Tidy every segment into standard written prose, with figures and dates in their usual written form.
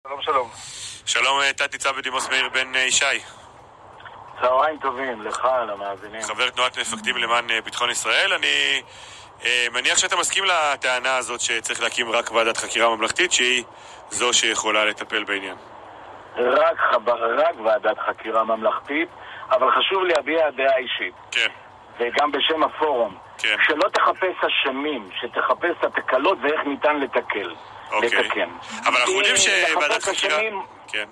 שלום שלום. שלום, תת ניצב בדימוס מאיר בן ישי. צהריים טובים לך, למאזינים. חבר תנועת מפקדים למען ביטחון ישראל. אני מניח שאתה מסכים לטענה הזאת שצריך להקים רק ועדת חקירה ממלכתית שהיא זו שיכולה לטפל בעניין. רק ועדת חקירה ממלכתית, אבל חשוב להביע דעה אישית. כן. וגם בשם הפורום. כן. שלא תחפש אשמים, שתחפש את התקלות ואיך ניתן לתקן. אבל אנחנו יודעים שוועדת חקירה... כן.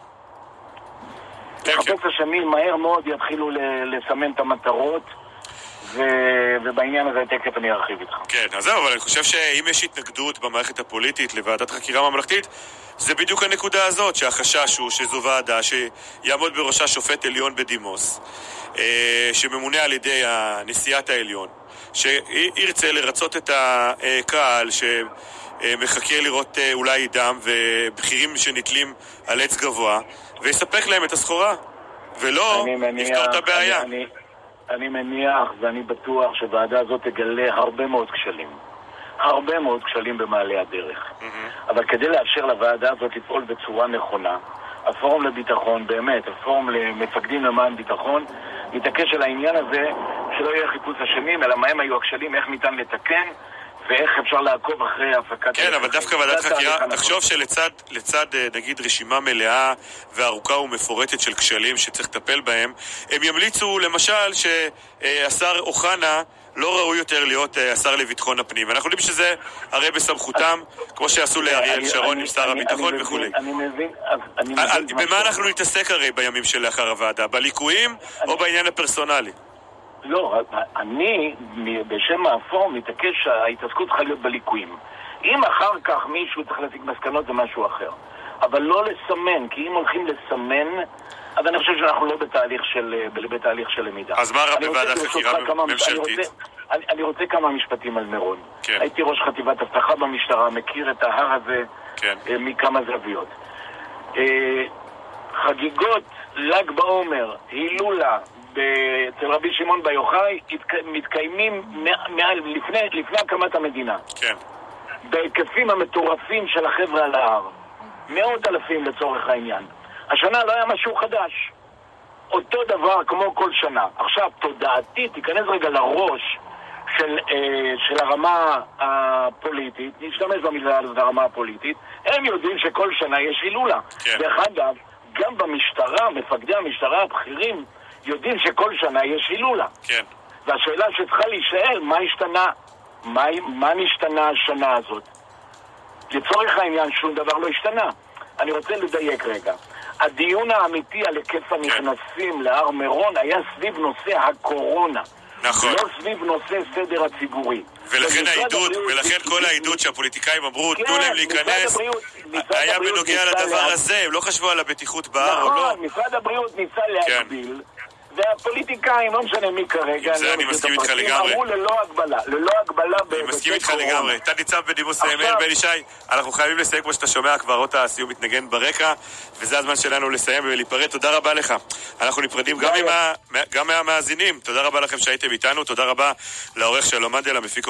לחפש אשמים מהר מאוד יתחילו לסמן את המטרות, ובעניין הזה תכף אני ארחיב איתך. כן, אז זהו, אבל אני חושב שאם יש התנגדות במערכת הפוליטית לוועדת חקירה ממלכתית, זה בדיוק הנקודה הזאת, שהחשש הוא שזו ועדה שיעמוד בראשה שופט עליון בדימוס, שממונה על ידי נשיאת העליון, שירצה לרצות את הקהל שמחכה לראות אולי דם ובכירים שנתלים על עץ גבוה, ויספק להם את הסחורה, ולא יפתור את הבעיה. אני מניח ואני בטוח שוועדה הזאת תגלה הרבה מאוד כשלים במעלה הדרך. אבל כדי לאפשר לוועדה הזאת לפעול בצורה נכונה, הפורום לביטחון, באמת, הפורום למפקדים למען ביטחון, מתעקש על העניין הזה שלא יהיה חיפוש אשמים, אלא מהם היו הכשלים, איך ניתן לתקן, ואיך אפשר לעקוב אחרי הפקת... כן, אבל דווקא ועדת חקירה, תחשוב שלצד נגיד רשימה מלאה וארוכה ומפורטת של כשלים שצריך לטפל בהם, הם ימליצו למשל שהשר אוחנה לא ראוי יותר להיות השר לביטחון הפנים. אנחנו יודעים שזה הרי בסמכותם, כמו שעשו לאריאל שרון עם שר הביטחון וכו'. אני מבין. במה אנחנו נתעסק הרי בימים שלאחר הוועדה? בליקויים או בעניין הפרסונלי? לא, אני בשם הפורום מתעקש שההתעסקות צריכה להיות בליקויים. אם אחר כך מישהו צריך להסיק מסקנות זה משהו אחר, אבל לא לסמן, כי אם הולכים לסמן, אז אני חושב שאנחנו לא בתהליך של למידה. אז מה רע בוועדת חקירה ממשלתית? אני רוצה כמה משפטים על מירון. כן. הייתי ראש חטיבת אבטחה במשטרה, מכיר את ההר הזה מכמה זוויות. חגיגות ל"ג בעומר, הילולה, אצל רבי שמעון בר יוחאי מתקיימים לפני הקמת המדינה. כן. בהיקפים המטורפים של החבר'ה על ההר. 100,000 לצורך העניין. השנה לא היה משהו חדש. אותו דבר כמו כל שנה. עכשיו, תודעתי, תיכנס רגע לראש של הרמה הפוליטית, נשתמש במילה על הרמה הפוליטית, הם יודעים שכל שנה יש הילולה. כן. דרך אגב, גם במשטרה, מפקדי המשטרה הבכירים, יודעים שכל שנה יש הילולה. כן. והשאלה שצריכה להישאל, מה השתנה? מה נשתנה השנה הזאת? לצורך העניין שום דבר לא השתנה. אני רוצה לדייק רגע. הדיון האמיתי על היקף הנכנסים להר מירון היה סביב נושא הקורונה. נכון. לא סביב נושא סדר הציבורי. ולכן כל העידוד שהפוליטיקאים אמרו, תנו להם להיכנס, היה בנוגע לדבר הזה, הם לא חשבו על הבטיחות בהר או לא. נכון, משרד הבריאות ניסה להגביל, והפוליטיקאים, לא משנה מי כרגע, אני מסכים איתך לגמרי. אמרו ללא הגבלה. אני מסכים איתך לגמרי. תת ניצב בדימוס מאיר בן ישי, אנחנו חייבים לסיים כמו שאתה שומע, כבר אות הסיום מתנגן ברקע, וזה הזמן שלנו לסיים ולהיפרד. תודה רבה לך. אנחנו נפרדים גם מהמאזינים. תודה רבה לכם שהייתם איתנו, תודה רבה לעורך שלום מדל, המפיק